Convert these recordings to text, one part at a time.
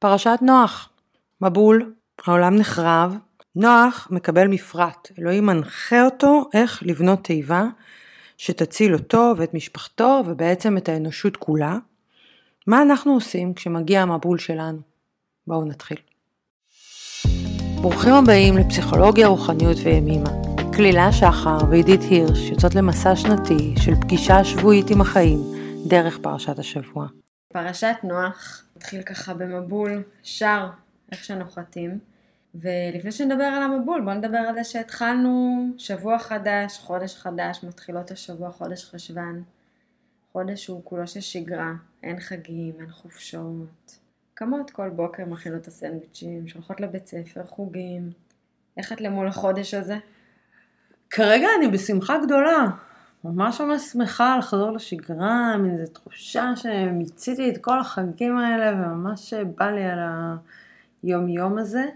פרשת נוח, מבול, העולם נחרב, נוח מקבל מפרט, אלוהים מנחה אותו איך לבנות תיבה שתציל אותו ואת משפחתו ובעצם את האנושות כולה. מה אנחנו עושים כשמגיע המבול שלנו? בואו נתחיל. ברוכים הבאים לפסיכולוגיה, רוחניות וימימה. כלילה שחר ועידית הירש יוצאות למסע שנתי של פגישה שבועית עם החיים דרך פרשת השבוע. פרשת נוח התחיל ככה במבול, שר איך שנוחתים, ולפני שנדבר על המבול בואו נדבר על זה שהתחלנו שבוע חדש, חודש חדש, מתחילות השבוע חודש חשבן, חודש הוא כולו של שגרה, אין חגים, אין חופשות, קמות כל בוקר, מכינות את הסנדוויצ'ים, שולחות לבית ספר, חוגים. איך את למול החודש הזה? כרגע אני בשמחה גדולה, ממש שמחה לחזור לשגרה, מין איזו תחושה שמיציתי את כל החגים האלה וממש בא לי על היום הזה.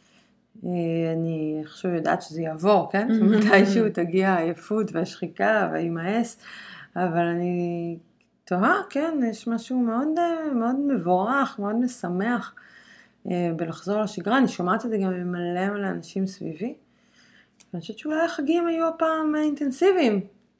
אני עכשיו יודעת שזה יעבור, כן? מתישהו תגיע העייפות והשחיקה והימאס, אבל אני תוהה, כן, יש משהו מאוד, מאוד מבורך, מאוד משמח בלחזור לשגרה. אני שומעת את זה גם ממלא אנשים סביבי. אני חושבת שאולי החגים היו הפעם אינטנסיביים.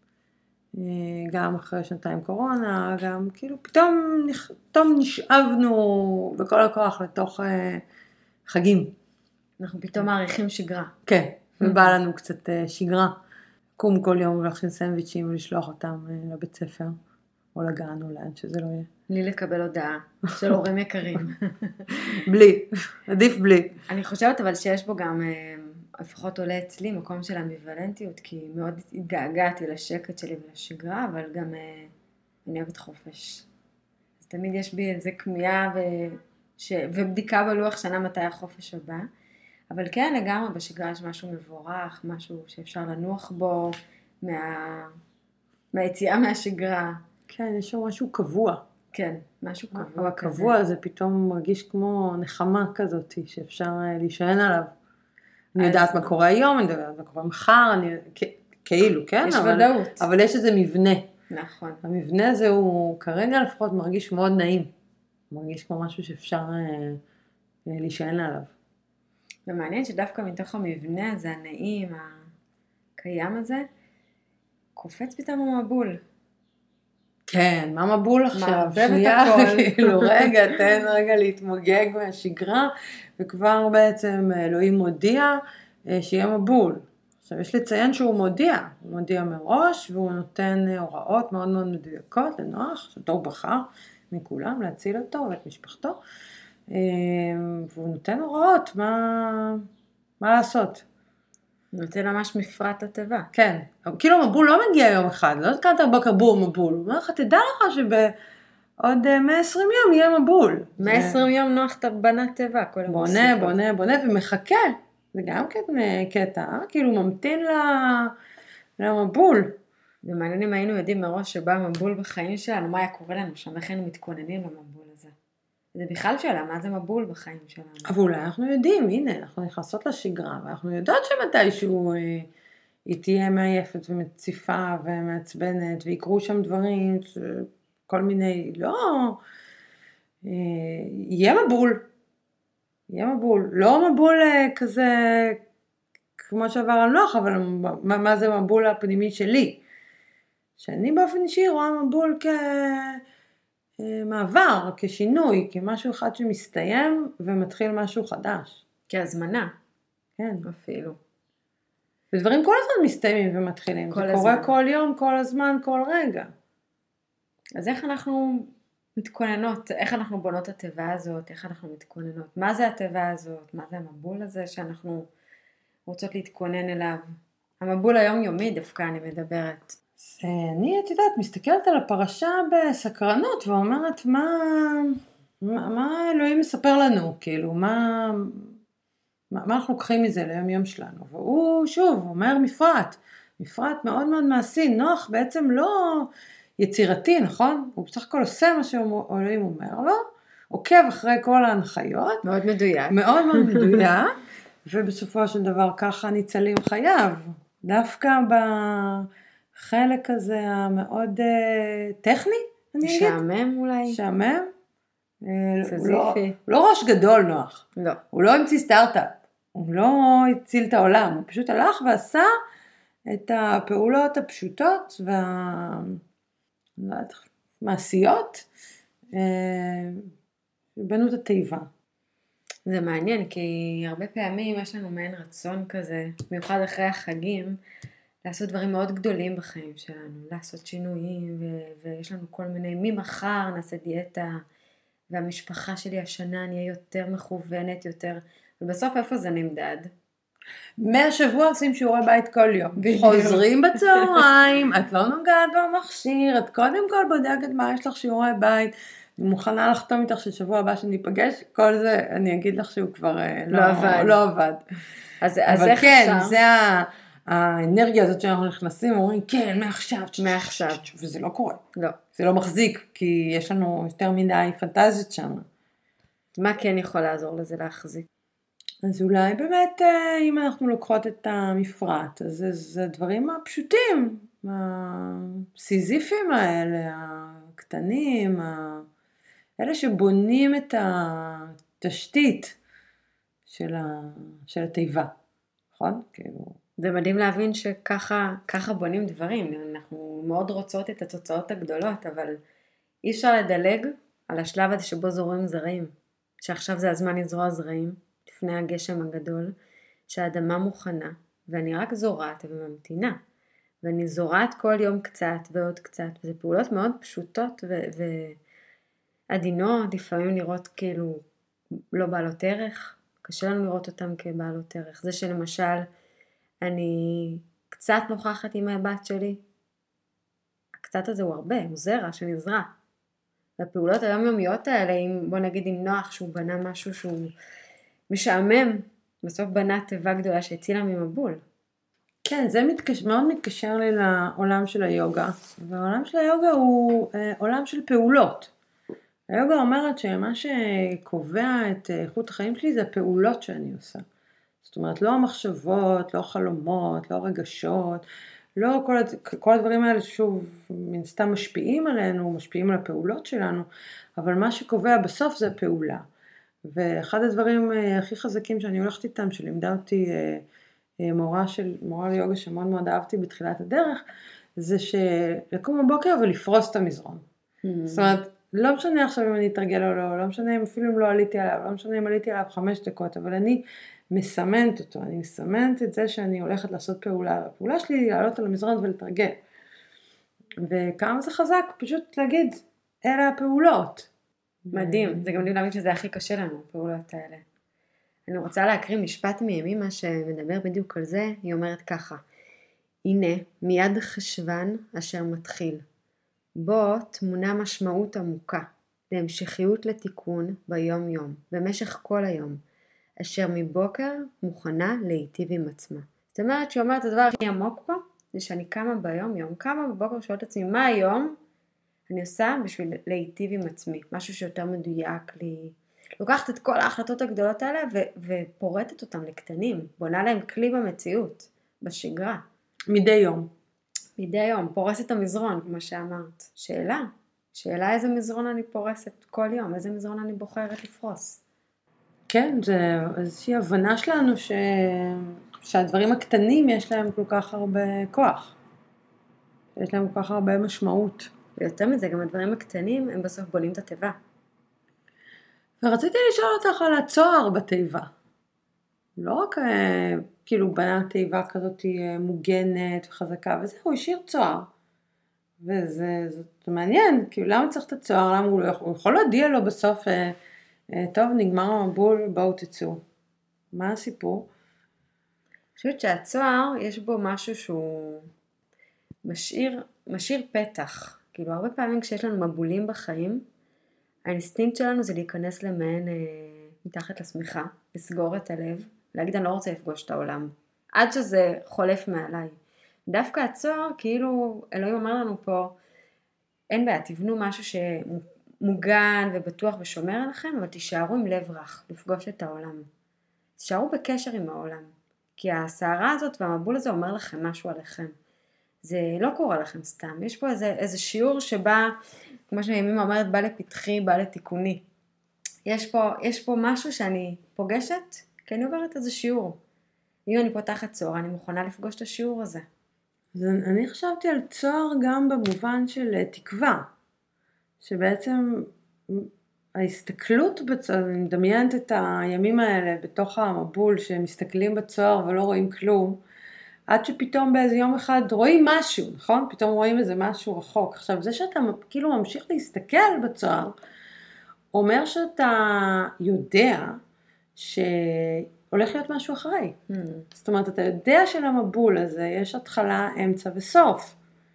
גם אחרי שנתיים קורונה, גם כאילו פתאום נשאבנו בכל הכוח לתוך חגים. אנחנו פתאום מעריכים שגרה. כן, ובא לנו קצת שגרה. קום כל יום ולהכין סנדוויצ'ים ולשלוח אותם לבית ספר, או לגן או לאן שזה לא יהיה. בלי לקבל הודעה של הורים יקרים. בלי, עדיף בלי. אני חושבת אבל שיש בו גם, לפחות עולה אצלי, מקום של אמביוולנטיות, כי מאוד התגעגעתי לשקט שלי ולשגרה, אבל גם אני אוהבת חופש. אז תמיד יש בי איזה כמיהה ובדיקה בלוח שנה מתי החופש הבא. אבל כן, לגמרי בשגרה יש משהו מבורך, משהו שאפשר לנוח בו מהיציאה מהשגרה. כן, יש שם משהו קבוע. כן, משהו קבוע. אבל הקבוע זה פתאום מרגיש כמו נחמה כזאת שאפשר להישען עליו. אני יודעת מה קורה היום, אני יודעת מה קורה מחר, כאילו, כן? יש ודאות. אבל יש איזה מבנה. נכון. המבנה הזה הוא כרגע לפחות מרגיש מאוד נעים. מרגיש כמו משהו שאפשר להישען עליו. ומעניין שדווקא מתוך המבנה הזה, הנעים, הקיים הזה, קופץ פתאום המבול. כן, מה מבול עכשיו? מערבב את הכל. כאילו, תן רגע להתמוגג מהשגרה, וכבר בעצם אלוהים מודיע שיהיה מבול. עכשיו, יש לציין שהוא מודיע. הוא מודיע מראש, והוא נותן הוראות מאוד מאוד מדויקות לנוח, שאותו הוא בחר מכולם, להציל אותו ואת משפחתו. והוא נותן הוראות מה לעשות. הוא נותן ממש מפרט התיבה. כן, כאילו מבול לא מגיע יום אחד, לא קמת בבוקר בום מבול, הוא אומר לך, תדע לך שבעוד 120 יום יהיה מבול. 120 יום נוח בנה תיבה, בונה ומחכה, זה גם קטע, כאילו ממתין למבול. ומעניין אם היינו יודעים מראש שבא מבול בחיים שלנו, מה היה קורה לנו שם, איך היינו מתכוננים למבול הזה. זה בכלל שאלה, מה זה מבול בחיים שלנו? אבל אולי אנחנו יודעים, הנה, אנחנו נכנסות לשגרה, ואנחנו יודעות שמתישהו היא תהיה מעייפת ומציפה ומעצבנת, ויקרו שם דברים, כל מיני, יהיה מבול, לא מבול כזה, כמו שעבר על נוח, אבל מה זה מבול הפנימי שלי? שאני באופן אישי רואה מבול מעבר, כשינוי, כמשהו אחד שמסתיים ומתחיל משהו חדש. כהזמנה. כן. אפילו. ודברים כל הזמן מסתיימים ומתחילים. זה קורה כל יום, כל הזמן, כל רגע. אז איך אנחנו מתכוננות, איך אנחנו בונות את התיבה הזאת, איך אנחנו מתכוננות? מה זה התיבה הזאת? מה זה המבול הזה שאנחנו רוצות להתכונן אליו? המבול היומיומי דווקא אני מדברת. אני, את יודעת, מסתכלת על הפרשה בסקרנות ואומרת, מה אלוהים מספר לנו? כאילו, מה אנחנו לוקחים מזה ליום יום שלנו? והוא שוב אומר מפרט מאוד מאוד מעשי. נוח בעצם לא יצירתי, נכון? הוא בסך הכל עושה מה שאלוהים אומר לו, עוקב אחרי כל ההנחיות. מאוד מדויק. מאוד מאוד מדויק, ובסופו של דבר ככה ניצלים חייו. דווקא בחלק הזה המאוד טכני, שעמם אולי. שעמם, סזיפי. הוא לא ראש גדול נוח. לא. הוא לא המציא סטארט-אפ. הוא לא הציל את העולם. הוא פשוט הלך ועשה את הפעולות הפשוטות והמעשיות בנו את התיבה. זה מעניין, כי הרבה פעמים יש לנו מעין רצון כזה, במיוחד אחרי החגים, לעשות דברים מאוד גדולים בחיים שלנו, לעשות שינויים, ויש לנו כל מיני, ממחר נעשה דיאטה, והמשפחה שלי השנה נהיה יותר מכוונת, יותר, ובסוף איפה זה נמדד? מהשבוע עושים שיעורי בית כל יום. חוזרים בצהריים, את לא נוגעת במכשיר, את קודם כל בודקת מה יש לך שיעורי בית, אני מוכנה לחתום איתך ששבוע הבא שניפגש, כל זה אני אגיד לך שהוא כבר לא עבד. אז אבל איך כן, אפשר? זה האנרגיה הזאת שאנחנו נכנסים, אומרים כן, מעכשיו, וזה לא קורה. לא. זה לא מחזיק, כי יש לנו יותר מדי פנטזיות שם. מה כן יכול לעזור לזה להחזיק? אז אולי באמת, אם אנחנו לוקחות את המפרט, אז זה הדברים הפשוטים, הסיזיפיים האלה, הקטנים, אלה שבונים את התשתית של התיבה, נכון? כאילו... זה מדהים להבין שככה בונים דברים, אנחנו מאוד רוצות את התוצאות הגדולות, אבל אי אפשר לדלג על השלב הזה שבו זורעים זרעים, שעכשיו זה הזמן לזרוע זרעים, לפני הגשם הגדול, שהאדמה מוכנה, ואני רק זורעת וממתינה, ואני זורעת כל יום קצת ועוד קצת, וזה פעולות מאוד פשוטות ועדינות, לפעמים נראות כאילו לא בעלות ערך, קשה לנו לראות אותם כבעלות ערך, זה שלמשל אני קצת נוכחת עם הבת שלי, הקצת הזה הוא הרבה, הוא זרע שנזרע, והפעולות היומיומיות האלה, בוא נגיד עם נוח שהוא בנה משהו שהוא משעמם, בסוף בנה תיבה גדולה שהצילה ממבול. כן, זה מאוד מתקשר לי לעולם של היוגה, והעולם של היוגה הוא עולם של פעולות. היוגה אומרת שמה שקובע את איכות החיים שלי זה הפעולות שאני עושה. זאת אומרת, לא המחשבות, לא חלומות, לא רגשות, לא כל הדברים האלה שוב מן סתם משפיעים עלינו, משפיעים על הפעולות שלנו, אבל מה שקובע בסוף זה הפעולה. ואחד הדברים הכי חזקים שאני הולכת איתם, שלימדה אותי מורה ליוגה שמאוד מאוד אהבתי בתחילת הדרך, זה שלקום בבוקר ולפרוס את המזרון. זאת אומרת, לא משנה עכשיו אם אני אתרגל או לא, לא משנה אם אפילו אם לא עליתי עליו, לא משנה אם עליתי עליו 5 דקות, אבל אני מסמנת אותו, אני מסמנת את זה שאני הולכת לעשות פעולה. הפעולה שלי היא לעלות על המזרון ולתרגל. וכמה זה חזק, פשוט להגיד, אלה הפעולות. מדהים, זה גם מדהים להבין שזה הכי קשה לנו, הפעולות האלה. אני רוצה להקריא משפט מימימה שמדבר בדיוק על זה, היא אומרת ככה, הנה מיד חשבן אשר מתחיל, בו תמונה משמעות עמוקה, להמשכיות לתיקון ביום יום, במשך כל היום, אשר מבוקר מוכנה להיטיב עם עצמה. זאת אומרת שהיא אומרת, הדבר הכי עמוק פה, זה שאני קמה ביום יום, קמה בבוקר שואלת עצמי, מה היום אני עושה בשביל להיטיב עם עצמי, משהו שיותר מדויק לי, לוקחת את כל ההחלטות הגדולות האלה ופורטת אותם לקטנים, בונה להם כלי במציאות, בשגרה. מדי יום. מדי יום, פורסת המזרון, כמו שאמרת. שאלה איזה מזרון אני פורסת כל יום, איזה מזרון אני בוחרת לפרוס. כן, זה איזושהי הבנה שלנו שהדברים הקטנים יש להם כל כך הרבה כוח. יש להם כל כך הרבה משמעות. ויותר מזה, גם הדברים הקטנים הם בסוף בונים את התיבה. ורציתי לשאול אותך על הצוהר בתיבה. לא רק כאילו בנה תיבה כזאת מוגנת וחזקה, וזהו, הוא השאיר צוהר. וזה מעניין, כאילו למה צריך את הצוהר, למה הוא יכול להודיע לו בסוף, טוב, נגמר המבול, בואו תצאו. מה הסיפור? אני חושבת שהצוהר יש בו משהו שהוא משאיר פתח. כאילו הרבה פעמים כשיש לנו מבולים בחיים, האינסטינקט שלנו זה להיכנס למעין מתחת לשמיכה, לסגור את הלב, להגיד אני לא רוצה לפגוש את העולם, עד שזה חולף מעליי. דווקא הצוהר, כאילו אלוהים אומר לנו פה, אין בעיה, תבנו משהו שמוגן ובטוח ושומר עליכם, אבל תישארו עם לב רך, לפגוש את העולם. תישארו בקשר עם העולם, כי הסערה הזאת והמבול הזה אומר לכם משהו עליכם. זה לא קורה לכם סתם, יש פה איזה שיעור שבא, כמו שימימה אומרת, בא לפתחי, בא לתיקוני. יש פה משהו שאני פוגשת, כי אני עוברת איזה שיעור. אם אני פותחת צוהר, אני מוכנה לפגוש את השיעור הזה. אז אני חשבתי על צוהר גם במובן של תקווה, שבעצם ההסתכלות בצוהר, אני מדמיינת את הימים האלה בתוך המבול שמסתכלים בצוהר ולא רואים כלום, עד שפתאום באיזה יום אחד רואים משהו, נכון? פתאום רואים איזה משהו רחוק. עכשיו זה שאתה כאילו ממשיך להסתכל בצוהר, אומר שאתה יודע שהולך להיות משהו אחרי. זאת אומרת, אתה יודע שלמבול הזה יש התחלה, אמצע וסוף.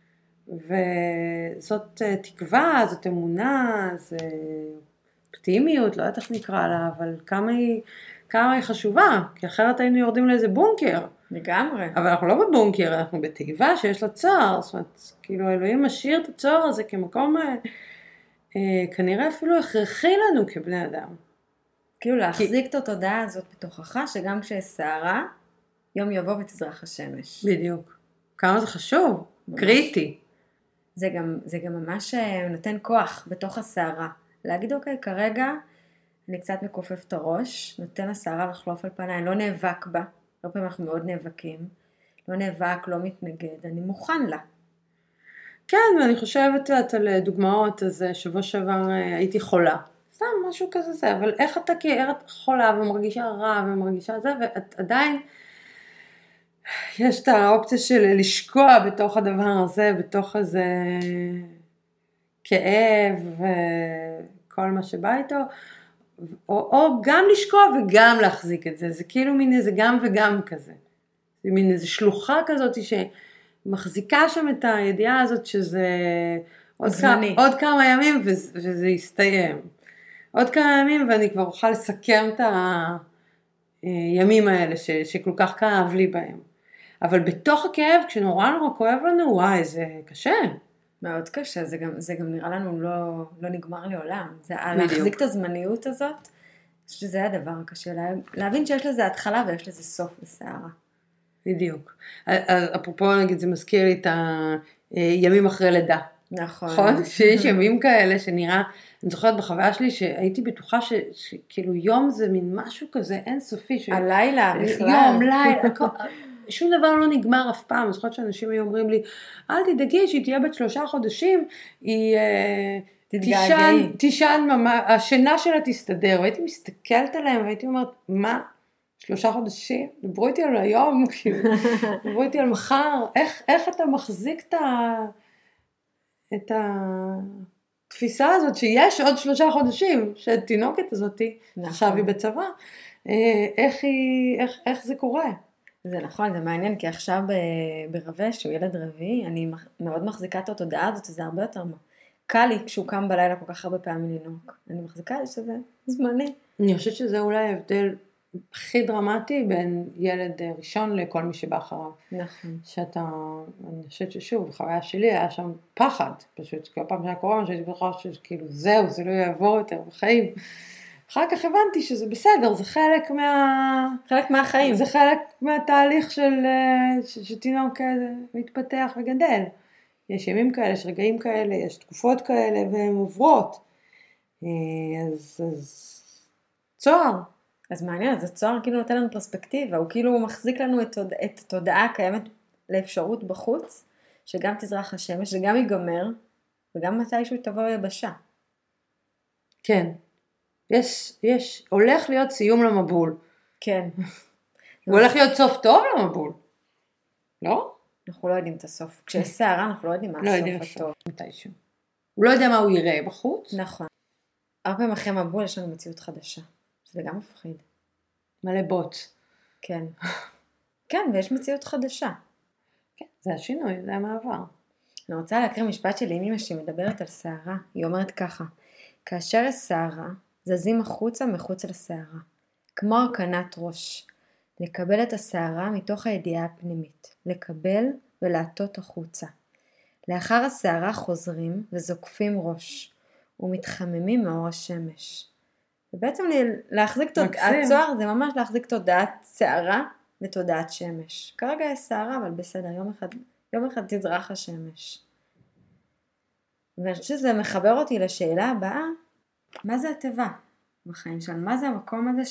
וזאת תקווה, זאת אמונה, זה אופטימיות, לא יודעת איך נקרא לה, אבל כמה היא חשובה, כי אחרת היינו יורדים לאיזה בונקר. לגמרי. אבל אנחנו לא בבונקר, אנחנו בתיבה שיש לה צוהר, זאת אומרת, כאילו אלוהים משאיר את הצוהר הזה כמקום כנראה אפילו הכרחי לנו כבני אדם. כאילו להחזיק את התודעה הזאת בתוכך, שגם כשיש שערה, יום יבוא ותזרח השמש. בדיוק. כמה זה חשוב, קריטי. זה גם ממש נותן כוח בתוך השערה. להגיד, אוקיי, כרגע אני קצת מכופף את הראש, נותן לשערה לחלוף על פניי, לא נאבק בה, הרבה פעמים אנחנו מאוד נאבקים, לא נאבק, לא מתנגד, אני מוכן לה. כן, ואני חושבת על דוגמאות, אז שבוע שעבר הייתי חולה, סתם משהו כזה זה, אבל איך אתה חולה ומרגישה רע ומרגישה זה, ואת עדיין, יש את האופציה של לשקוע בתוך הדבר הזה, בתוך איזה כאב וכל מה שבא איתו, או גם לשקוע וגם להחזיק את זה, זה כאילו מין איזה גם וגם כזה, זה מין איזה שלוחה כזאת שמחזיקה שם את הידיעה הזאת שזה עוד כמה ימים וזה יסתיים, עוד כמה ימים ואני כבר אוכל לסכם את הימים האלה שכל כך כאב לי בהם. אבל בתוך הכאב, כשנורא כואב לנו, וואי, זה קשה. מאוד קשה, זה גם נראה לנו לא נגמר לעולם. זה להחזיק את הזמניות הזאת, שזה הדבר הקשה, להבין שיש לזה התחלה ויש לזה סוף בסערה. בדיוק. אפרופו נגיד, זה מזכיר לי את הימים אחרי לידה. נכון. שיש ימים כאלה שנראה, אני זוכרת בחוויה שלי שהייתי בטוחה שכאילו יום זה מין משהו כזה אינסופי. הלילה בכלל. יום, לילה, שום דבר לא נגמר אף פעם. אני זוכרת שאנשים היו אומרים לי, אל תדאגי שהיא תהיה בת 3 חודשים, היא תישן, השינה שלה תסתדר. והייתי מסתכלת עליהם והייתי אומרת, מה? 3 חודשים? דברו איתי על היום, דברו איתי על מחר. איך אתה מחזיק את התפיסה הזאת שיש עוד 3 חודשים, שהתינוקת הזאת, עכשיו היא בצבא, איך זה קורה? זה נכון, זה מעניין, כי עכשיו ברווה, שהוא ילד רביעי, אני מאוד מחזיקה את התודעה הזאת, זה הרבה יותר קל לי כשהוא קם בלילה כל כך הרבה פעמים לנוק. אני מחזיקה את זה שזה זמני. אני חושבת שזה אולי ההבדל הכי דרמטי בין ילד ראשון לכל מי שבא אחריו. נכון. אני חושבת ששוב, בחוויה שלי היה שם פחד, פשוט כל פעם שהיה קורונה, שהייתי בטוחה שכאילו זהו, זה לא יעבור יותר בחיים. אחר כך הבנתי שזה בסדר, זה חלק מהחיים. זה חלק מהתהליך שתינוק מתפתח וגדל. יש ימים כאלה, יש רגעים כאלה, יש תקופות כאלה, והן עוברות. אז צוהר. אז מעניין, אז הצוהר כאילו נותן לנו פרספקטיבה, הוא כאילו מחזיק לנו את התודעה הקיימת לאפשרות בחוץ, שגם תזרח השמש, שגם ייגמר, וגם מתישהו תבוא יבשה. כן. הולך להיות סיום למבול. כן. הוא הולך להיות סוף טוב למבול. לא? אנחנו לא יודעים את הסוף. כשיש שערה אנחנו לא יודעים מה הסוף הטוב. מתישהו. הוא לא יודע מה הוא יראה בחוץ. נכון. הרבה פעמים אחרי מבול יש לנו מציאות חדשה. שזה גם מפחיד. מלא בוט. כן. כן, ויש מציאות חדשה. כן, זה השינוי, זה המעבר. אני רוצה להקריא משפט של אמא שמדברת על שערה. היא אומרת ככה, כאשר יש שערה, זזים החוצה מחוץ לשערה, כמו הרכנת ראש, לקבל את השערה מתוך הידיעה הפנימית, לקבל ולעטות החוצה. לאחר השערה חוזרים וזוקפים ראש, ומתחממים מאור השמש. ובעצם להחזיק תודעת צוהר, זה ממש להחזיק תודעת שערה ותודעת שמש. כרגע יש שערה, אבל בסדר, יום אחד תזרח השמש. ואני חושבת שזה מחבר אותי לשאלה הבאה, מה זה הטבע? בחיים שלנו. מה זה המקום הזה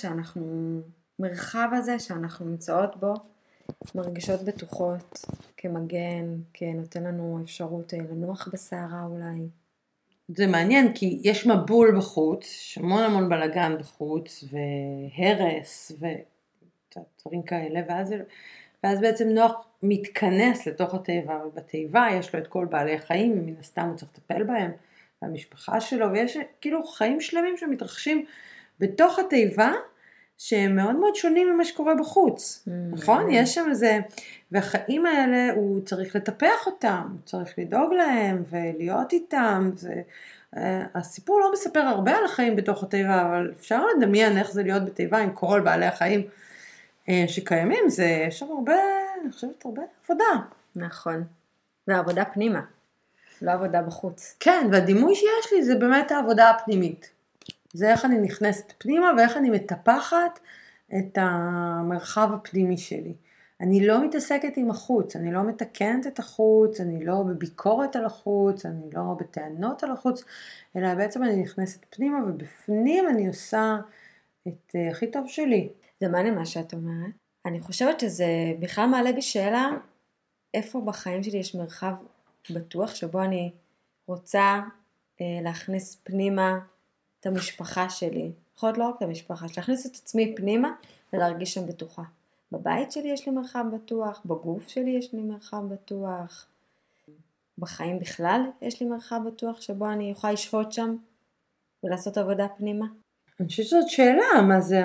מרחב הזה שאנחנו נמצאות בו, מרגישות בטוחות, כמגן, כנותן לנו אפשרות לנוח בסערה אולי. זה מעניין, כי יש מבול בחוץ, יש המון בלגן בחוץ, והרס, ודברים כאלה, ואז בעצם נוח מתכנס לתוך התיבה, ובתיבה יש לו את כל בעלי החיים, ומן הסתם הוא צריך לטפל בהם, והמשפחה שלו, ויש כאילו חיים שלמים שמתרחשים בתוך התיבה, שהם מאוד מאוד שונים ממה שקורה בחוץ, נכון? יש שם איזה, והחיים האלה הוא צריך לטפח אותם, הוא צריך לדאוג להם ולהיות איתם, הסיפור לא מספר הרבה על החיים בתוך התיבה, אבל אפשר לדמיין איך זה להיות בתיבה עם כל בעלי החיים שקיימים, יש שם הרבה, אני חושבת הרבה עבודה. נכון, ועבודה פנימה, לא עבודה בחוץ. כן, והדימוי שיש לי זה באמת העבודה הפנימית. זה איך אני נכנסת פנימה ואיך אני מטפחת את המרחב הפנימי שלי. אני לא מתעסקת עם החוץ, אני לא מתקנת את החוץ, אני לא בביקורת על החוץ, אני לא בטענות על החוץ, אלא בעצם אני נכנסת פנימה ובפנים אני עושה את הכי טוב שלי. זה מעניין מה שאת אומרת. אני חושבת שזה בכלל מעלה בי שאלה, איפה בחיים שלי יש מרחב בטוח שבו אני רוצה להכניס פנימה את המשפחה שלי, יכול להיות לא רק את המשפחה, להכניס את עצמי פנימה ולהרגיש שם בטוחה. בבית שלי יש לי מרחב בטוח, בגוף שלי יש לי מרחב בטוח, בחיים בכלל יש לי מרחב בטוח שבו אני יכולה לשהות שם ולעשות עבודה פנימה. אני חושבת שזאת שאלה, מה זה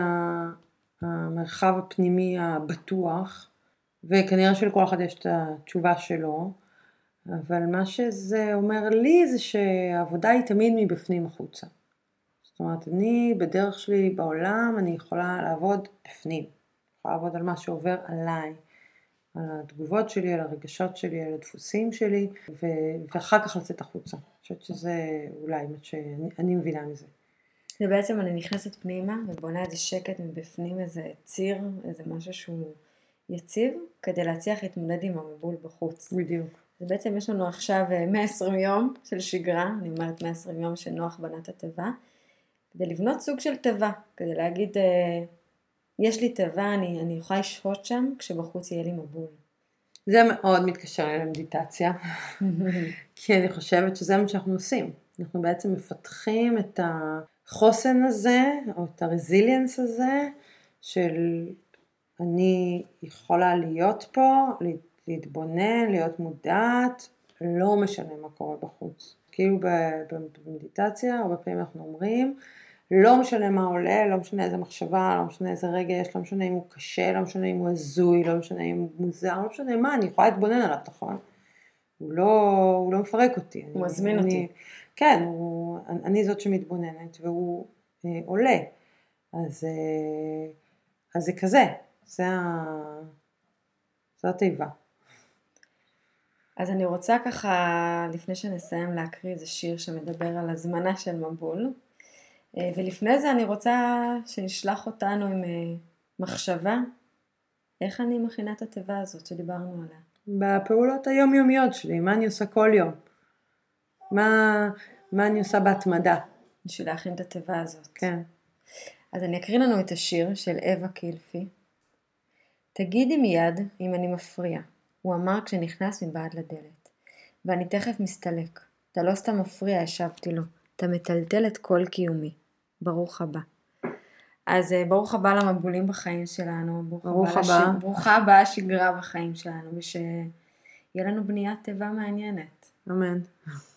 המרחב הפנימי הבטוח, וכנראה שלכל אחד יש את התשובה שלו, אבל מה שזה אומר לי זה שהעבודה היא תמיד מבפנים החוצה. זאת אומרת, אני בדרך שלי בעולם, אני יכולה לעבוד בפנים. יכולה לעבוד על מה שעובר עליי, על התגובות שלי, על הרגשות שלי, על הדפוסים שלי, ואחר כך לצאת החוצה. אני חושבת שזה אולי מה שאני מבינה מזה. זה בעצם אני נכנסת פנימה ובונה איזה שקט מבפנים, איזה ציר, איזה משהו שהוא יציב, כדי להצליח להתמודד עם המבול בחוץ. בדיוק. אז בעצם יש לנו עכשיו 120 יום של שגרה, אני אומרת 120 יום שנוח בנה את התיבה, כדי לבנות סוג של תיבה, כדי להגיד, יש לי תיבה, אני יכולה לשהות שם, כשבחוץ יהיה לי מבול. זה מאוד מתקשר לי למדיטציה, כי אני חושבת שזה מה שאנחנו עושים. אנחנו בעצם מפתחים את החוסן הזה, או את הרזיליאנס הזה, של אני יכולה להיות פה, להתבונן, להיות מודעת, לא משנה מה קורה בחוץ. כאילו במדיטציה, הרבה פעמים אנחנו אומרים, לא משנה מה עולה, לא משנה איזה מחשבה, לא משנה איזה רגש, לא משנה אם הוא קשה, לא משנה אם הוא הזוי, לא משנה אם הוא מוזר, לא משנה מה, אני יכולה להתבונן עליו, נכון? הוא לא מפרק אותי. הוא מזמין אותי. כן, אני זאת שמתבוננת, והוא עולה. אז זה כזה, זו התיבה. אז אני רוצה ככה, לפני שנסיים להקריא איזה שיר שמדבר על הזמנה של מבול, ולפני זה אני רוצה שנשלח אותנו עם מחשבה, איך אני מכינה את התיבה הזאת שדיברנו עליה. בפעולות היומיומיות שלי, מה אני עושה כל יום? מה אני עושה בהתמדה? בשביל להכין את התיבה הזאת. כן. אז אני אקריא לנו את השיר של אווה קילפי. תגידי מיד אם אני מפריע, הוא אמר כשנכנס מבעד לדלת. ואני תכף מסתלק. אתה לא סתם מפריע, השבתי לו. אתה מטלטל את כל קיומי. ברוך הבא. אז ברוך הבא למבולים בחיים שלנו. ברוך הבא. ברוכה הבאה השגרה בחיים שלנו. ושיהיה לנו בניית תיבה מעניינת. אמן.